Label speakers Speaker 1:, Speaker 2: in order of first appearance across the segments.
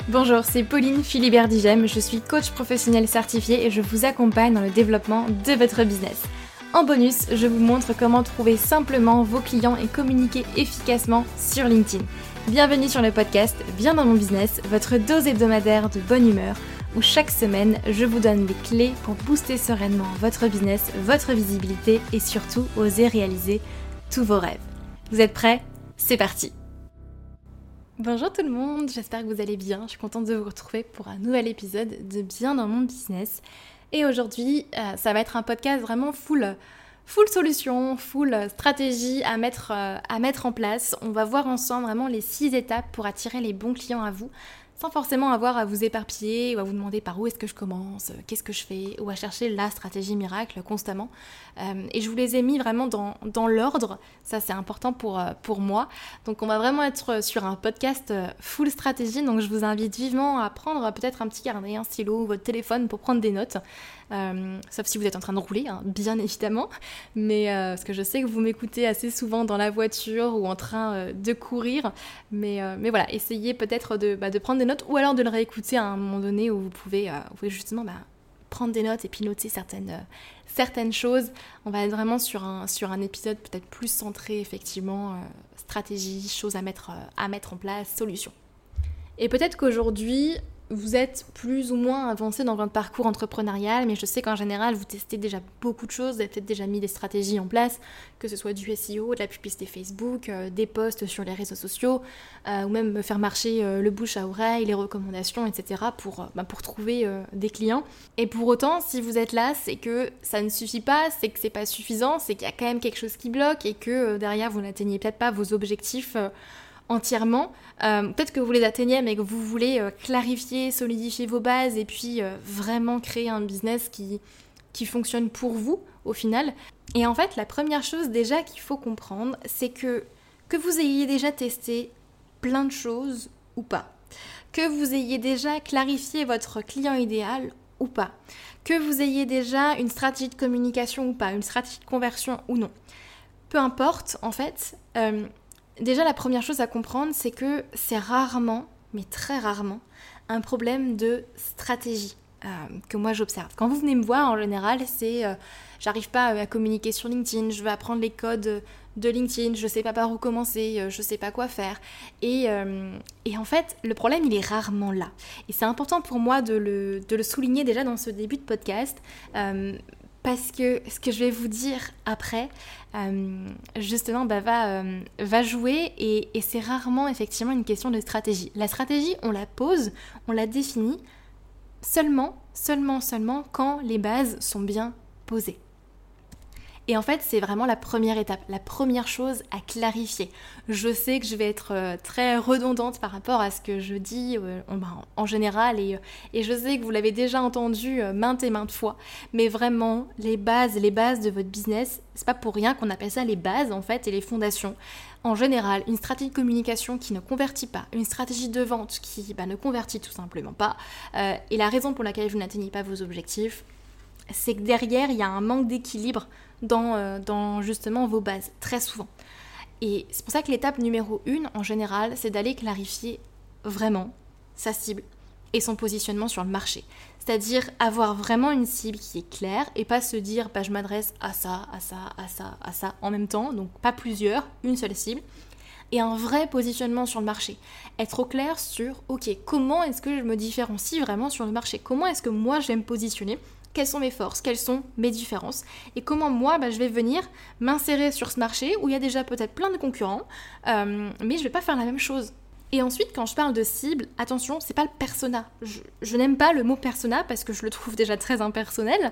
Speaker 1: Bonjour, c'est Pauline Philibert-Digem, je suis coach professionnel certifié et je vous accompagne dans le développement de votre business. En bonus, je vous montre comment trouver simplement vos clients et communiquer efficacement sur LinkedIn. Bienvenue sur le podcast Bien dans mon business, votre dose hebdomadaire de bonne humeur, où chaque semaine, je vous donne les clés pour booster sereinement votre business, votre visibilité et surtout oser réaliser tous vos rêves. Vous êtes prêts ? C'est parti! Bonjour tout le monde, j'espère que vous allez bien. Je suis contente de vous retrouver pour un nouvel épisode de Bien dans mon business. Et aujourd'hui, ça va être un podcast vraiment full solution, full stratégie à mettre en place. On va voir ensemble vraiment les 6 étapes pour attirer les bons clients à vous, sans forcément avoir à vous éparpiller ou à vous demander par où est-ce que je commence, qu'est-ce que je fais, ou à chercher la stratégie miracle constamment. Et je vous les ai mis vraiment dans l'ordre, ça c'est important pour moi. Donc on va vraiment être sur un podcast full stratégie, donc je vous invite vivement à prendre peut-être un petit carnet, un stylo ou votre téléphone pour prendre des notes. Sauf si vous êtes en train de rouler, hein, bien évidemment, mais parce que je sais que vous m'écoutez assez souvent dans la voiture ou en train de courir, mais voilà, essayez peut-être de prendre des notes ou alors de le réécouter à un moment donné où vous pouvez justement prendre des notes et puis noter certaines choses. On va être vraiment sur un épisode peut-être plus centré effectivement, stratégie, choses à mettre en place, solutions. Et peut-être qu'aujourd'hui, vous êtes plus ou moins avancé dans votre parcours entrepreneurial, mais je sais qu'en général, vous testez déjà beaucoup de choses, vous avez peut-être déjà mis des stratégies en place, que ce soit du SEO, de la publicité Facebook, des posts sur les réseaux sociaux, ou même faire marcher le bouche à oreille, les recommandations, etc. pour trouver des clients. Et pour autant, si vous êtes là, c'est que ça ne suffit pas, c'est que c'est pas suffisant, c'est qu'il y a quand même quelque chose qui bloque et que derrière, vous n'atteignez peut-être pas vos objectifs entièrement. Peut-être que vous les atteignez, mais que vous voulez clarifier, solidifier vos bases et puis vraiment créer un business qui fonctionne pour vous au final. Et en fait, la première chose déjà qu'il faut comprendre, c'est que vous ayez déjà testé plein de choses ou pas, que vous ayez déjà clarifié votre client idéal ou pas, que vous ayez déjà une stratégie de communication ou pas, une stratégie de conversion ou non. Peu importe, en fait, déjà, la première chose à comprendre, c'est que c'est rarement, mais très rarement, un problème de stratégie que moi j'observe. Quand vous venez me voir, en général, c'est j'arrive pas à communiquer sur LinkedIn, je veux apprendre les codes de LinkedIn, je sais pas par où commencer, je sais pas quoi faire. Et en fait, le problème, il est rarement là. Et c'est important pour moi de le souligner déjà dans ce début de podcast, parce que ce que je vais vous dire après, justement, va jouer et c'est rarement effectivement une question de stratégie. La stratégie, on la pose, on la définit seulement quand les bases sont bien posées. Et en fait, c'est vraiment la première étape, la première chose à clarifier. Je sais que je vais être très redondante par rapport à ce que je dis en général et je sais que vous l'avez déjà entendu maintes et maintes fois, mais vraiment, les bases de votre business, c'est pas pour rien qu'on appelle ça les bases en fait et les fondations. En général, une stratégie de communication qui ne convertit pas, une stratégie de vente qui ne convertit tout simplement pas, et la raison pour laquelle vous n'atteignez pas vos objectifs, c'est que derrière, il y a un manque d'équilibre dans justement vos bases, très souvent. Et c'est pour ça que l'étape numéro 1, en général, c'est d'aller clarifier vraiment sa cible et son positionnement sur le marché. C'est-à-dire avoir vraiment une cible qui est claire et pas se dire je m'adresse à ça en même temps, donc pas plusieurs, une seule cible. Et un vrai positionnement sur le marché. Être au clair sur, comment est-ce que je me différencie vraiment sur le marché ? Comment est-ce que moi je vais me positionner ? Quelles sont mes forces, quelles sont mes différences et comment moi je vais venir m'insérer sur ce marché où il y a déjà peut-être plein de concurrents, mais je vais pas faire la même chose. Et ensuite, quand je parle de cible, attention, c'est pas le persona. Je n'aime pas le mot persona parce que je le trouve déjà très impersonnel.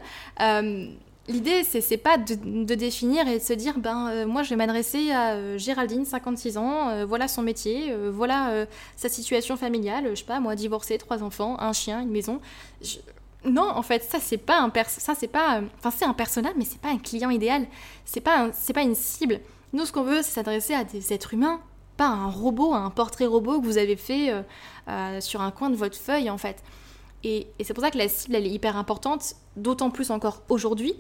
Speaker 1: L'idée, c'est pas de définir et de se dire moi je vais m'adresser à Géraldine, 56 ans, voilà son métier, voilà sa situation familiale, je sais pas moi, divorcée, 3 enfants, un chien, une maison. Non, en fait, ça c'est pas un c'est un persona, mais c'est pas un client idéal. C'est pas une cible. Nous, ce qu'on veut, c'est s'adresser à des êtres humains, pas à un robot, à un portrait robot que vous avez fait sur un coin de votre feuille, en fait. Et c'est pour ça que la cible, elle est hyper importante, d'autant plus encore aujourd'hui,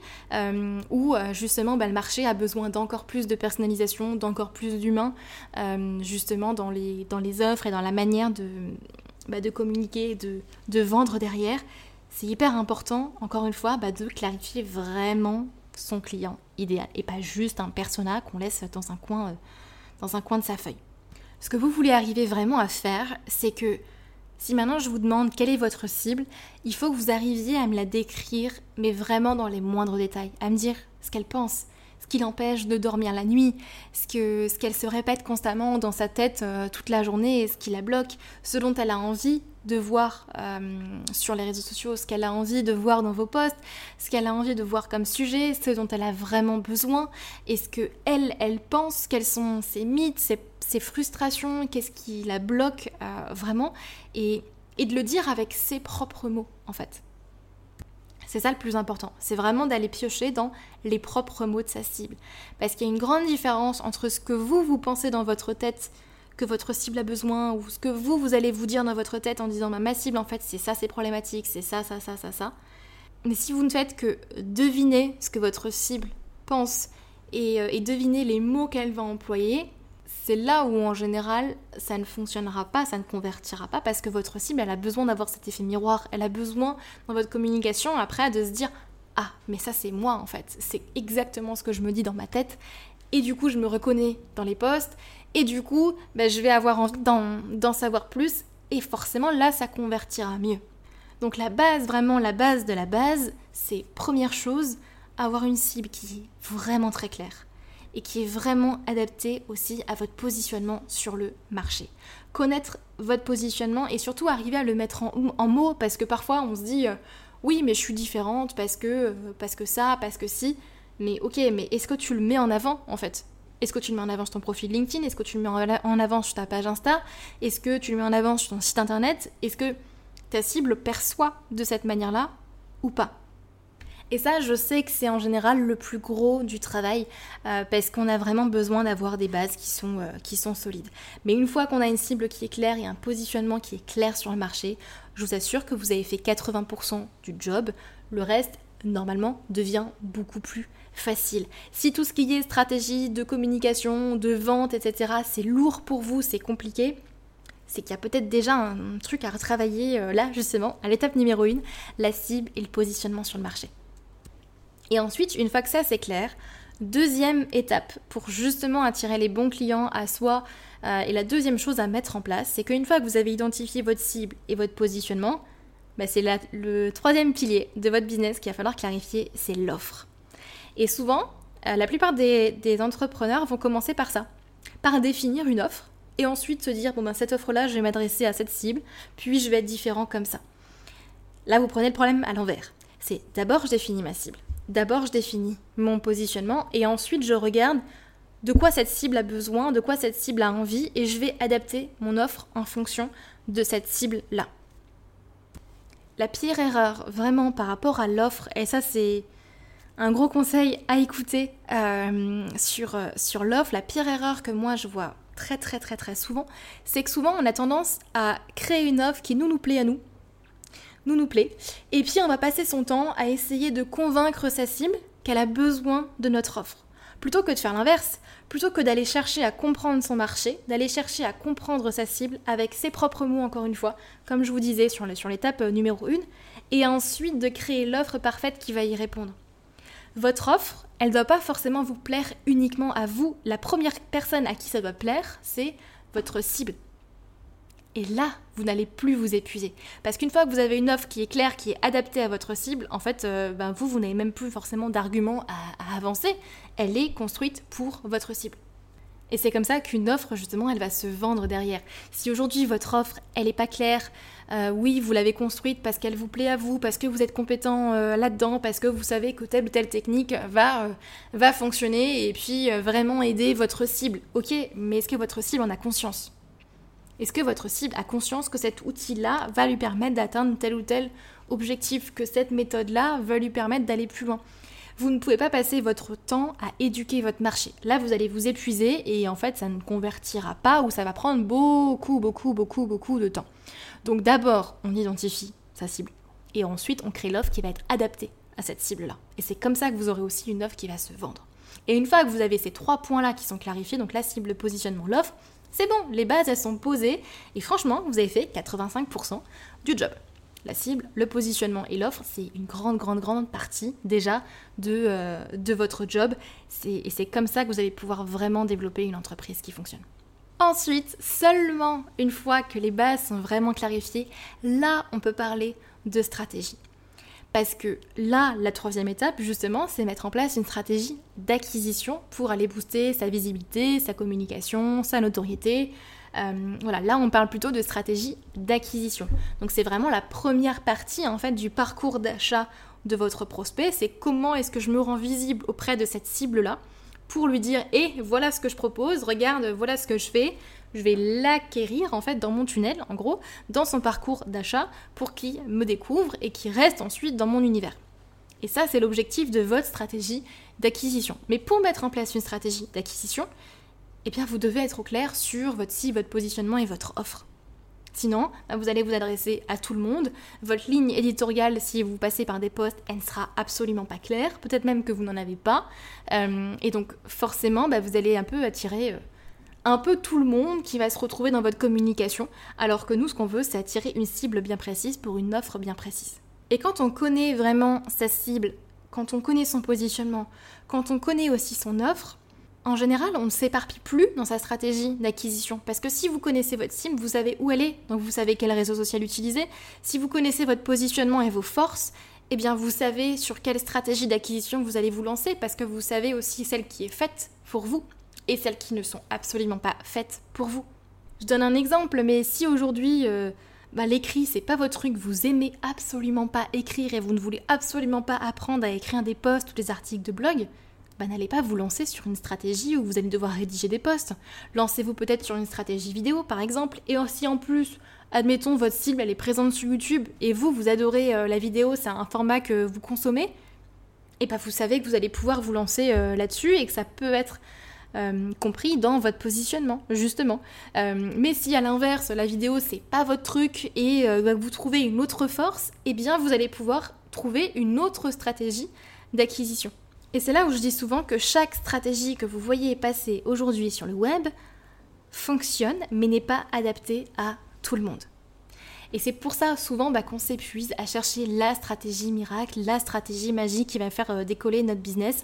Speaker 1: où justement le marché a besoin d'encore plus de personnalisation, d'encore plus d'humains, justement dans les offres et dans la manière de communiquer, de vendre derrière, c'est hyper important, encore une fois, de clarifier vraiment son client idéal et pas juste un persona qu'on laisse dans un coin de sa feuille. Ce que vous voulez arriver vraiment à faire, c'est que si maintenant je vous demande quelle est votre cible, il faut que vous arriviez à me la décrire, mais vraiment dans les moindres détails, à me dire ce qu'elle pense, ce qui l'empêche de dormir la nuit, ce qu'elle se répète constamment dans sa tête toute la journée, ce qui la bloque, ce dont elle a envie de voir sur les réseaux sociaux, ce qu'elle a envie de voir dans vos posts, ce qu'elle a envie de voir comme sujet, ce dont elle a vraiment besoin, et ce que elle pense, quels sont ses mythes, ses frustrations, qu'est-ce qui la bloque vraiment, et de le dire avec ses propres mots en fait. C'est ça le plus important, c'est vraiment d'aller piocher dans les propres mots de sa cible. Parce qu'il y a une grande différence entre ce que vous pensez dans votre tête que votre cible a besoin, ou ce que vous allez vous dire dans votre tête en disant ma cible en fait c'est ça, c'est problématique, c'est ça. Mais si vous ne faites que deviner ce que votre cible pense et deviner les mots qu'elle va employer, c'est là où en général ça ne fonctionnera pas, ça ne convertira pas, parce que votre cible elle a besoin d'avoir cet effet miroir, elle a besoin dans votre communication après de se dire ah mais ça c'est moi en fait, c'est exactement ce que je me dis dans ma tête et du coup je me reconnais dans les posts et du coup je vais avoir envie d'en savoir plus et forcément là ça convertira mieux. Donc la base, vraiment la base de la base, c'est première chose, avoir une cible qui est vraiment très claire et qui est vraiment adapté aussi à votre positionnement sur le marché. Connaître votre positionnement et surtout arriver à le mettre en mots, parce que parfois on se dit oui mais je suis différente parce que ça, parce que si, mais ok, mais est-ce que tu le mets en avant en fait ? Est-ce que tu le mets en avant sur ton profil LinkedIn ? Est-ce que tu le mets en avant sur ta page Insta ? Est-ce que tu le mets en avant sur ton site internet ? Est-ce que ta cible perçoit de cette manière-là ou pas ? Et ça, je sais que c'est en général le plus gros du travail parce qu'on a vraiment besoin d'avoir des bases qui sont solides. Mais une fois qu'on a une cible qui est claire et un positionnement qui est clair sur le marché, je vous assure que vous avez fait 80% du job. Le reste, normalement, devient beaucoup plus facile. Si tout ce qui est stratégie de communication, de vente, etc., c'est lourd pour vous, c'est compliqué, c'est qu'il y a peut-être déjà un truc à retravailler là, justement, à l'étape numéro 1, la cible et le positionnement sur le marché. Et ensuite, une fois que ça c'est clair, deuxième étape pour justement attirer les bons clients à soi, et la deuxième chose à mettre en place, c'est qu'une fois que vous avez identifié votre cible et votre positionnement, c'est le troisième pilier de votre business qu'il va falloir clarifier, c'est l'offre. Et souvent, la plupart des entrepreneurs vont commencer par ça, par définir une offre, et ensuite se dire, cette offre-là, je vais m'adresser à cette cible, puis je vais être différent comme ça. Là, vous prenez le problème à l'envers. C'est d'abord, je définis ma cible. D'abord, je définis mon positionnement et ensuite, je regarde de quoi cette cible a besoin, de quoi cette cible a envie et je vais adapter mon offre en fonction de cette cible-là. La pire erreur, vraiment, par rapport à l'offre, et ça, c'est un gros conseil à écouter sur l'offre, la pire erreur que moi, je vois très, très, très, très souvent, c'est que souvent, on a tendance à créer une offre qui nous plaît à nous, nous plaît, et puis on va passer son temps à essayer de convaincre sa cible qu'elle a besoin de notre offre. Plutôt que de faire l'inverse, plutôt que d'aller chercher à comprendre son marché, d'aller chercher à comprendre sa cible avec ses propres mots encore une fois, comme je vous disais sur l'étape numéro 1, et ensuite de créer l'offre parfaite qui va y répondre. Votre offre, elle ne doit pas forcément vous plaire uniquement à vous. La première personne à qui ça doit plaire, c'est votre cible. Et là, vous n'allez plus vous épuiser. Parce qu'une fois que vous avez une offre qui est claire, qui est adaptée à votre cible, en fait, vous n'avez même plus forcément d'arguments à avancer. Elle est construite pour votre cible. Et c'est comme ça qu'une offre, justement, elle va se vendre derrière. Si aujourd'hui, votre offre, elle n'est pas claire, oui, vous l'avez construite parce qu'elle vous plaît à vous, parce que vous êtes compétent là-dedans, parce que vous savez que telle ou telle technique va fonctionner et puis vraiment aider votre cible. Ok, mais est-ce que votre cible en a conscience ? Est-ce que votre cible a conscience que cet outil-là va lui permettre d'atteindre tel ou tel objectif, que cette méthode-là va lui permettre d'aller plus loin ? Vous ne pouvez pas passer votre temps à éduquer votre marché. Là, vous allez vous épuiser et en fait, ça ne convertira pas ou ça va prendre beaucoup de temps. Donc d'abord, on identifie sa cible et ensuite, on crée l'offre qui va être adaptée à cette cible-là. Et c'est comme ça que vous aurez aussi une offre qui va se vendre. Et une fois que vous avez ces 3 points-là qui sont clarifiés, donc la cible, le positionnement, l'offre, C'est bon, les bases elles sont posées et franchement vous avez fait 85% du job. La cible, le positionnement et l'offre, c'est une grande partie déjà de votre job et c'est comme ça que vous allez pouvoir vraiment développer une entreprise qui fonctionne. Ensuite, seulement une fois que les bases sont vraiment clarifiées, là on peut parler de stratégie. Parce que là, la troisième étape, justement, c'est mettre en place une stratégie d'acquisition pour aller booster sa visibilité, sa communication, sa notoriété. Voilà, là, on parle plutôt de stratégie d'acquisition. Donc, c'est vraiment la première partie, en fait, du parcours d'achat de votre prospect. C'est comment est-ce que je me rends visible auprès de cette cible-là pour lui dire « Eh, voilà ce que je propose, regarde, voilà ce que je fais ». Je vais l'acquérir en fait dans mon tunnel, en gros, dans son parcours d'achat pour qu'il me découvre et qu'il reste ensuite dans mon univers. Et ça, c'est l'objectif de votre stratégie d'acquisition. Mais pour mettre en place une stratégie d'acquisition, eh bien, vous devez être au clair sur votre cible, votre positionnement et votre offre. Sinon, vous allez vous adresser à tout le monde. Votre ligne éditoriale, si vous passez par des posts, elle ne sera absolument pas claire. Peut-être même que vous n'en avez pas. Et donc, forcément, vous allez un peu attirer un peu tout le monde qui va se retrouver dans votre communication, alors que nous, ce qu'on veut, c'est attirer une cible bien précise pour une offre bien précise. Et quand on connaît vraiment sa cible, quand on connaît son positionnement, quand on connaît aussi son offre, en général, on ne s'éparpille plus dans sa stratégie d'acquisition. Parce que si vous connaissez votre cible, vous savez où elle est, donc vous savez quel réseau social utiliser. Si vous connaissez votre positionnement et vos forces, eh bien vous savez sur quelle stratégie d'acquisition vous allez vous lancer, parce que vous savez aussi celle qui est faite pour vous et celles qui ne sont absolument pas faites pour vous. Je donne un exemple, mais si aujourd'hui l'écrit c'est pas votre truc, vous aimez absolument pas écrire et vous ne voulez absolument pas apprendre à écrire des posts ou des articles de blog, n'allez pas vous lancer sur une stratégie où vous allez devoir rédiger des posts. Lancez-vous peut-être sur une stratégie vidéo par exemple, et aussi en plus, admettons votre cible elle est présente sur YouTube et vous adorez la vidéo, c'est un format que vous consommez, et vous savez que vous allez pouvoir vous lancer là-dessus et que ça peut être compris dans votre positionnement, justement. Mais si à l'inverse, la vidéo c'est pas votre truc et vous trouvez une autre force, eh bien vous allez pouvoir trouver une autre stratégie d'acquisition. Et c'est là où je dis souvent que chaque stratégie que vous voyez passer aujourd'hui sur le web fonctionne, mais n'est pas adaptée à tout le monde. Et c'est pour ça souvent qu'on s'épuise à chercher la stratégie miracle, la stratégie magique qui va faire décoller notre business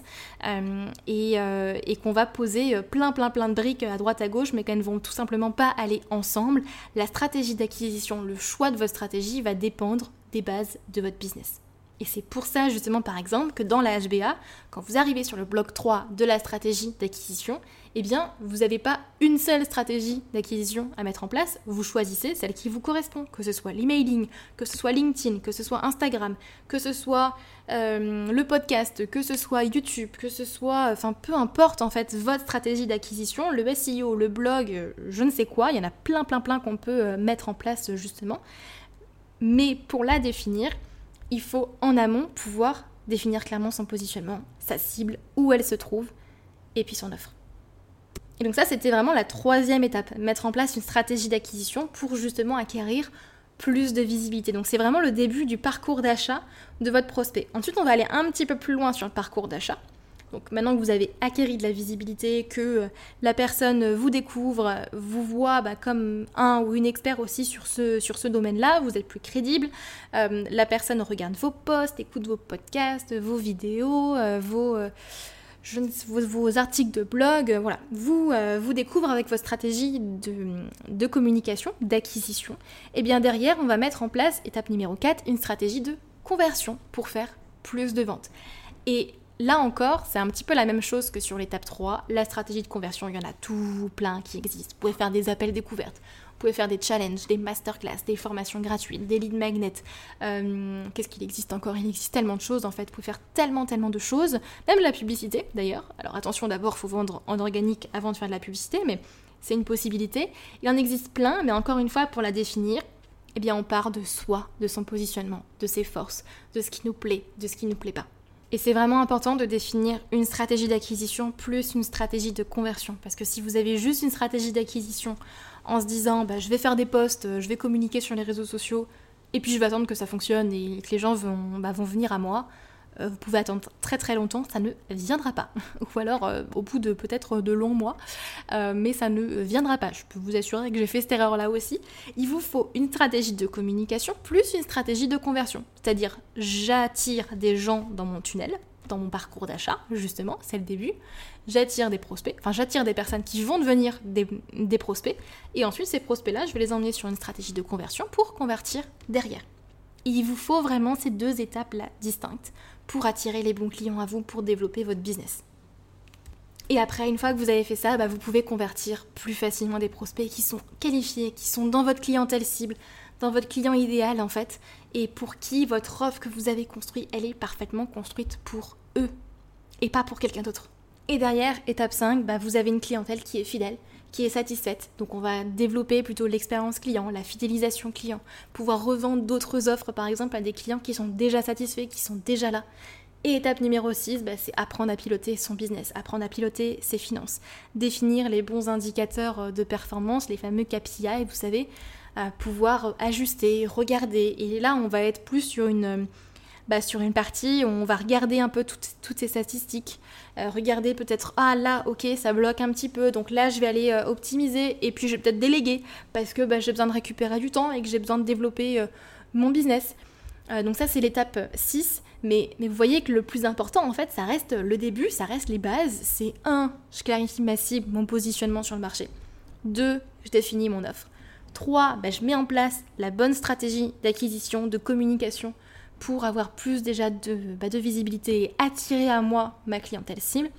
Speaker 1: et qu'on va poser plein de briques à droite à gauche mais qu'elles ne vont tout simplement pas aller ensemble. La stratégie d'acquisition, le choix de votre stratégie va dépendre des bases de votre business. Et c'est pour ça justement par exemple que dans la HBA, quand vous arrivez sur le bloc 3 de la stratégie d'acquisition, eh bien vous n'avez pas une seule stratégie d'acquisition à mettre en place, vous choisissez celle qui vous correspond, que ce soit l'emailing, que ce soit LinkedIn, que ce soit Instagram, que ce soit le podcast, que ce soit YouTube, que ce soit, peu importe en fait votre stratégie d'acquisition, le SEO, le blog, je ne sais quoi, il y en a plein qu'on peut mettre en place justement. Mais pour la définir, il faut en amont pouvoir définir clairement son positionnement, sa cible, où elle se trouve, et puis son offre. Et donc ça, c'était vraiment la troisième étape, mettre en place une stratégie d'acquisition pour justement acquérir plus de visibilité. Donc c'est vraiment le début du parcours d'achat de votre prospect. Ensuite, on va aller un petit peu plus loin sur le parcours d'achat. Donc maintenant que vous avez acquéri de la visibilité, que la personne vous découvre, vous voit comme un ou une expert aussi sur ce domaine-là, vous êtes plus crédible, la personne regarde vos posts, écoute vos podcasts, vos vidéos, vos articles de blog, voilà, vous découvre avec votre stratégie de communication, d'acquisition. Et bien derrière, on va mettre en place, étape numéro 4, une stratégie de conversion pour faire plus de ventes. Et là encore, c'est un petit peu la même chose que sur l'étape 3. La stratégie de conversion, il y en a tout plein qui existent. Vous pouvez faire des appels découvertes, vous pouvez faire des challenges, des masterclass, des formations gratuites, des lead magnets. Qu'est-ce qu'il existe encore ? Il existe tellement de choses en fait. Vous pouvez faire tellement de choses. Même la publicité d'ailleurs. Alors attention, d'abord, il faut vendre en organique avant de faire de la publicité, mais c'est une possibilité. Il en existe plein, mais encore une fois, pour la définir, eh bien on part de soi, de son positionnement, de ses forces, de ce qui nous plaît, de ce qui ne nous plaît pas. Et c'est vraiment important de définir une stratégie d'acquisition plus une stratégie de conversion. Parce que si vous avez juste une stratégie d'acquisition en se disant je vais faire des posts, je vais communiquer sur les réseaux sociaux et puis je vais attendre que ça fonctionne et que les gens vont venir à moi, vous pouvez attendre très très longtemps, ça ne viendra pas. Ou alors au bout de peut-être de longs mois, mais ça ne viendra pas. Je peux vous assurer que j'ai fait cette erreur-là aussi. Il vous faut une stratégie de communication plus une stratégie de conversion. C'est-à-dire, j'attire des gens dans mon tunnel, dans mon parcours d'achat, justement, c'est le début. J'attire des prospects, j'attire des personnes qui vont devenir des prospects, et ensuite ces prospects-là, je vais les emmener sur une stratégie de conversion pour convertir derrière. Et il vous faut vraiment ces 2 étapes-là distinctes pour attirer les bons clients à vous, pour développer votre business. Et après, une fois que vous avez fait ça, vous pouvez convertir plus facilement des prospects qui sont qualifiés, qui sont dans votre clientèle cible, dans votre client idéal en fait, et pour qui votre offre que vous avez construite, elle est parfaitement construite pour eux, et pas pour quelqu'un d'autre. Et derrière, étape 5, vous avez une clientèle qui est fidèle, qui est satisfaite. Donc on va développer plutôt l'expérience client, la fidélisation client, pouvoir revendre d'autres offres par exemple à des clients qui sont déjà satisfaits, qui sont déjà là. Et étape numéro 6, c'est apprendre à piloter son business, apprendre à piloter ses finances, définir les bons indicateurs de performance, les fameux KPI, vous savez, pouvoir ajuster, regarder. Et là, on va être plus sur une partie où on va regarder un peu toutes ces statistiques, regarder peut-être, là, ok, ça bloque un petit peu, donc là, je vais aller optimiser, et puis je vais peut-être déléguer, parce que j'ai besoin de récupérer du temps et que j'ai besoin de développer mon business. Donc ça, c'est l'étape 6, mais vous voyez que le plus important, en fait, ça reste le début, ça reste les bases. C'est 1, je clarifie ma cible, mon positionnement sur le marché. 2, je définis mon offre. 3, je mets en place la bonne stratégie d'acquisition, de communication, pour avoir plus déjà de visibilité et attirer à moi ma clientèle cible.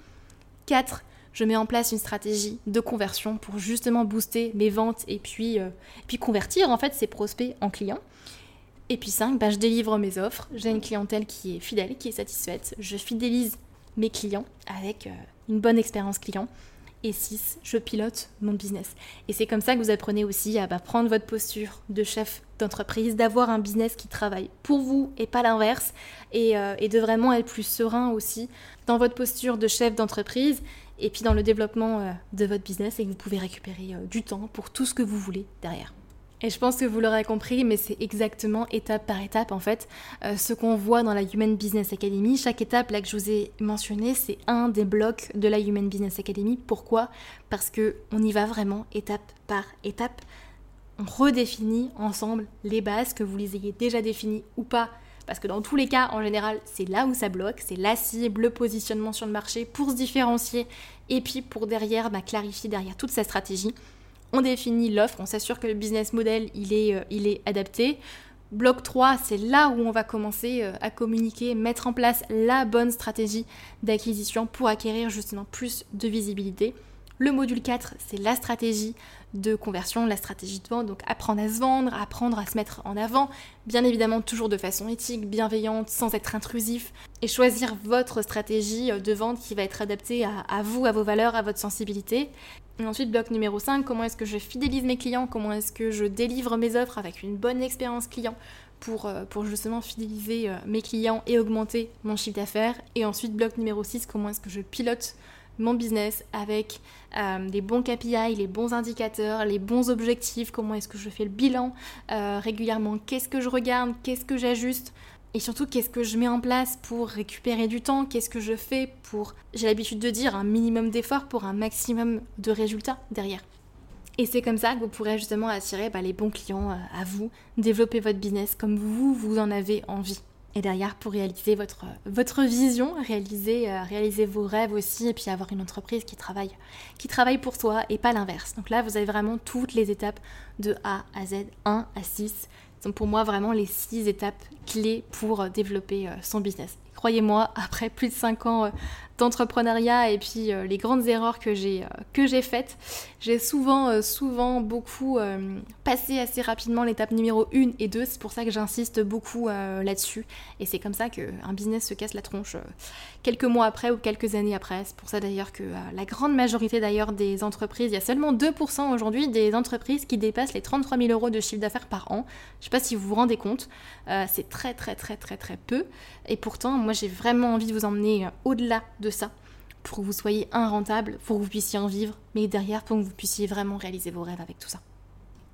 Speaker 1: 4, je mets en place une stratégie de conversion pour justement booster mes ventes et puis convertir en fait ces prospects en clients. Et puis 5, je délivre mes offres, j'ai une clientèle qui est fidèle, qui est satisfaite, je fidélise mes clients avec une bonne expérience client. Et 6, je pilote mon business. Et c'est comme ça que vous apprenez aussi à prendre votre posture de chef d'entreprise, d'avoir un business qui travaille pour vous et pas l'inverse, et de vraiment être plus serein aussi dans votre posture de chef d'entreprise et puis dans le développement de votre business, et que vous pouvez récupérer du temps pour tout ce que vous voulez derrière. Et je pense que vous l'aurez compris, mais c'est exactement étape par étape en fait ce qu'on voit dans la Human Business Academy. Chaque étape là que je vous ai mentionné, c'est un des blocs de la Human Business Academy. Pourquoi ? Parce qu'on y va vraiment étape par étape. On redéfinit ensemble les bases, que vous les ayez déjà définies ou pas. Parce que dans tous les cas, en général, c'est là où ça bloque, c'est la cible, le positionnement sur le marché pour se différencier et puis pour derrière clarifier derrière toute sa stratégie. On définit l'offre, on s'assure que le business model il est adapté. Bloc 3, c'est là où on va commencer à communiquer, mettre en place la bonne stratégie d'acquisition pour acquérir justement plus de visibilité. Le module 4, c'est la stratégie de conversion, la stratégie de vente, donc apprendre à se vendre, apprendre à se mettre en avant, bien évidemment toujours de façon éthique, bienveillante, sans être intrusif, et choisir votre stratégie de vente qui va être adaptée à vous, à vos valeurs, à votre sensibilité. Et ensuite, bloc numéro 5, comment est-ce que je fidélise mes clients, comment est-ce que je délivre mes offres avec une bonne expérience client pour justement fidéliser mes clients et augmenter mon chiffre d'affaires. Et ensuite, bloc numéro 6, comment est-ce que je pilote mon business avec les bons KPI, les bons indicateurs, les bons objectifs, comment est-ce que je fais le bilan régulièrement, qu'est-ce que je regarde, qu'est-ce que j'ajuste et surtout qu'est-ce que je mets en place pour récupérer du temps, qu'est-ce que je fais pour, j'ai l'habitude de dire, un minimum d'efforts pour un maximum de résultats derrière. Et c'est comme ça que vous pourrez justement attirer les bons clients à vous, développer votre business comme vous en avez envie. Et derrière, pour réaliser votre vision, réaliser vos rêves aussi, et puis avoir une entreprise qui travaille pour soi et pas l'inverse. Donc là, vous avez vraiment toutes les étapes de A à Z, 1 à 6. Donc pour moi, vraiment les 6 étapes clés pour développer son business. Croyez-moi, après plus de 5 ans d'entrepreneuriat et puis les grandes erreurs que j'ai faites, j'ai souvent beaucoup passé assez rapidement l'étape numéro 1 et 2. C'est pour ça que j'insiste beaucoup là-dessus. Et c'est comme ça qu'un business se casse la tronche quelques mois après ou quelques années après. C'est pour ça d'ailleurs que la grande majorité d'ailleurs des entreprises, il y a seulement 2% aujourd'hui des entreprises qui dépassent les 33 000 euros de chiffre d'affaires par an. Je ne sais pas si vous vous rendez compte, c'est très très très très très peu. Et pourtant, moi j'ai vraiment envie de vous emmener au-delà de ça pour que vous soyez rentable, pour que vous puissiez en vivre, mais derrière pour que vous puissiez vraiment réaliser vos rêves avec tout ça.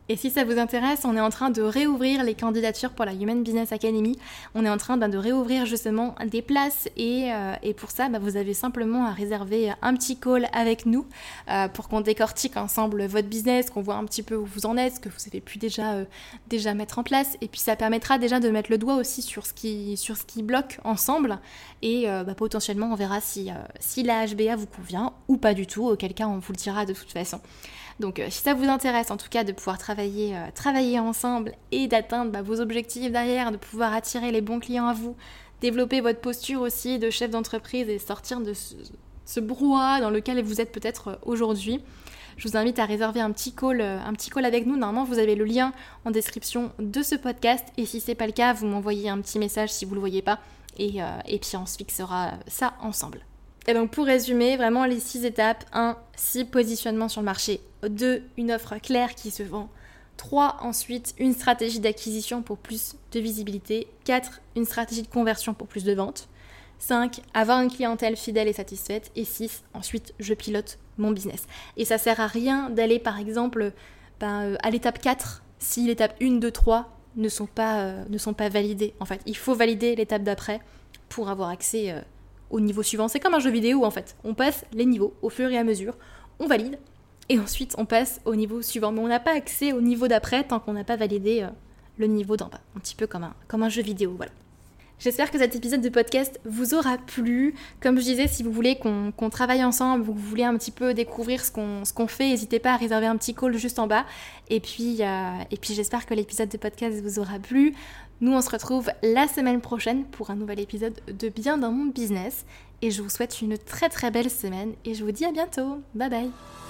Speaker 1: Et si ça vous intéresse, on est en train de réouvrir les candidatures pour la Human Business Academy. On est en train de réouvrir justement des places et pour ça, vous avez simplement à réserver un petit call avec nous pour qu'on décortique ensemble votre business, qu'on voit un petit peu où vous en êtes, ce que vous avez pu déjà mettre en place. Et puis ça permettra déjà de mettre le doigt aussi sur ce qui bloque ensemble et potentiellement on verra si la HBA vous convient ou pas du tout, auquel cas on vous le dira de toute façon. Donc si ça vous intéresse en tout cas de pouvoir travailler ensemble et d'atteindre vos objectifs derrière, de pouvoir attirer les bons clients à vous, développer votre posture aussi de chef d'entreprise et sortir de ce brouhaha dans lequel vous êtes peut-être aujourd'hui, je vous invite à réserver un petit call avec nous. Normalement, vous avez le lien en description de ce podcast et si c'est pas le cas, vous m'envoyez un petit message si vous le voyez pas et puis on se fixera ça ensemble. Et donc pour résumer, vraiment les 6 étapes. 1. 6 positionnements sur le marché. 2. Une offre claire qui se vend. 3. Ensuite, une stratégie d'acquisition pour plus de visibilité. 4. Une stratégie de conversion pour plus de ventes. 5. Avoir une clientèle fidèle et satisfaite. Et 6. Ensuite, je pilote mon business. Et ça sert à rien d'aller par exemple à l'étape 4 si l'étape 1, 2, 3 ne sont pas validées. En fait, il faut valider l'étape d'après pour avoir accès au niveau suivant. C'est comme un jeu vidéo en fait. On passe les niveaux au fur et à mesure, on valide et ensuite on passe au niveau suivant. Mais on n'a pas accès au niveau d'après tant qu'on n'a pas validé le niveau d'en bas. Un petit peu comme un jeu vidéo, voilà. J'espère que cet épisode de podcast vous aura plu. Comme je disais, si vous voulez qu'on travaille ensemble, vous voulez un petit peu découvrir ce qu'on fait, n'hésitez pas à réserver un petit call juste en bas. Et puis j'espère que l'épisode de podcast vous aura plu. Nous, on se retrouve la semaine prochaine pour un nouvel épisode de Bien dans mon business. Et je vous souhaite une très très belle semaine et je vous dis à bientôt. Bye bye.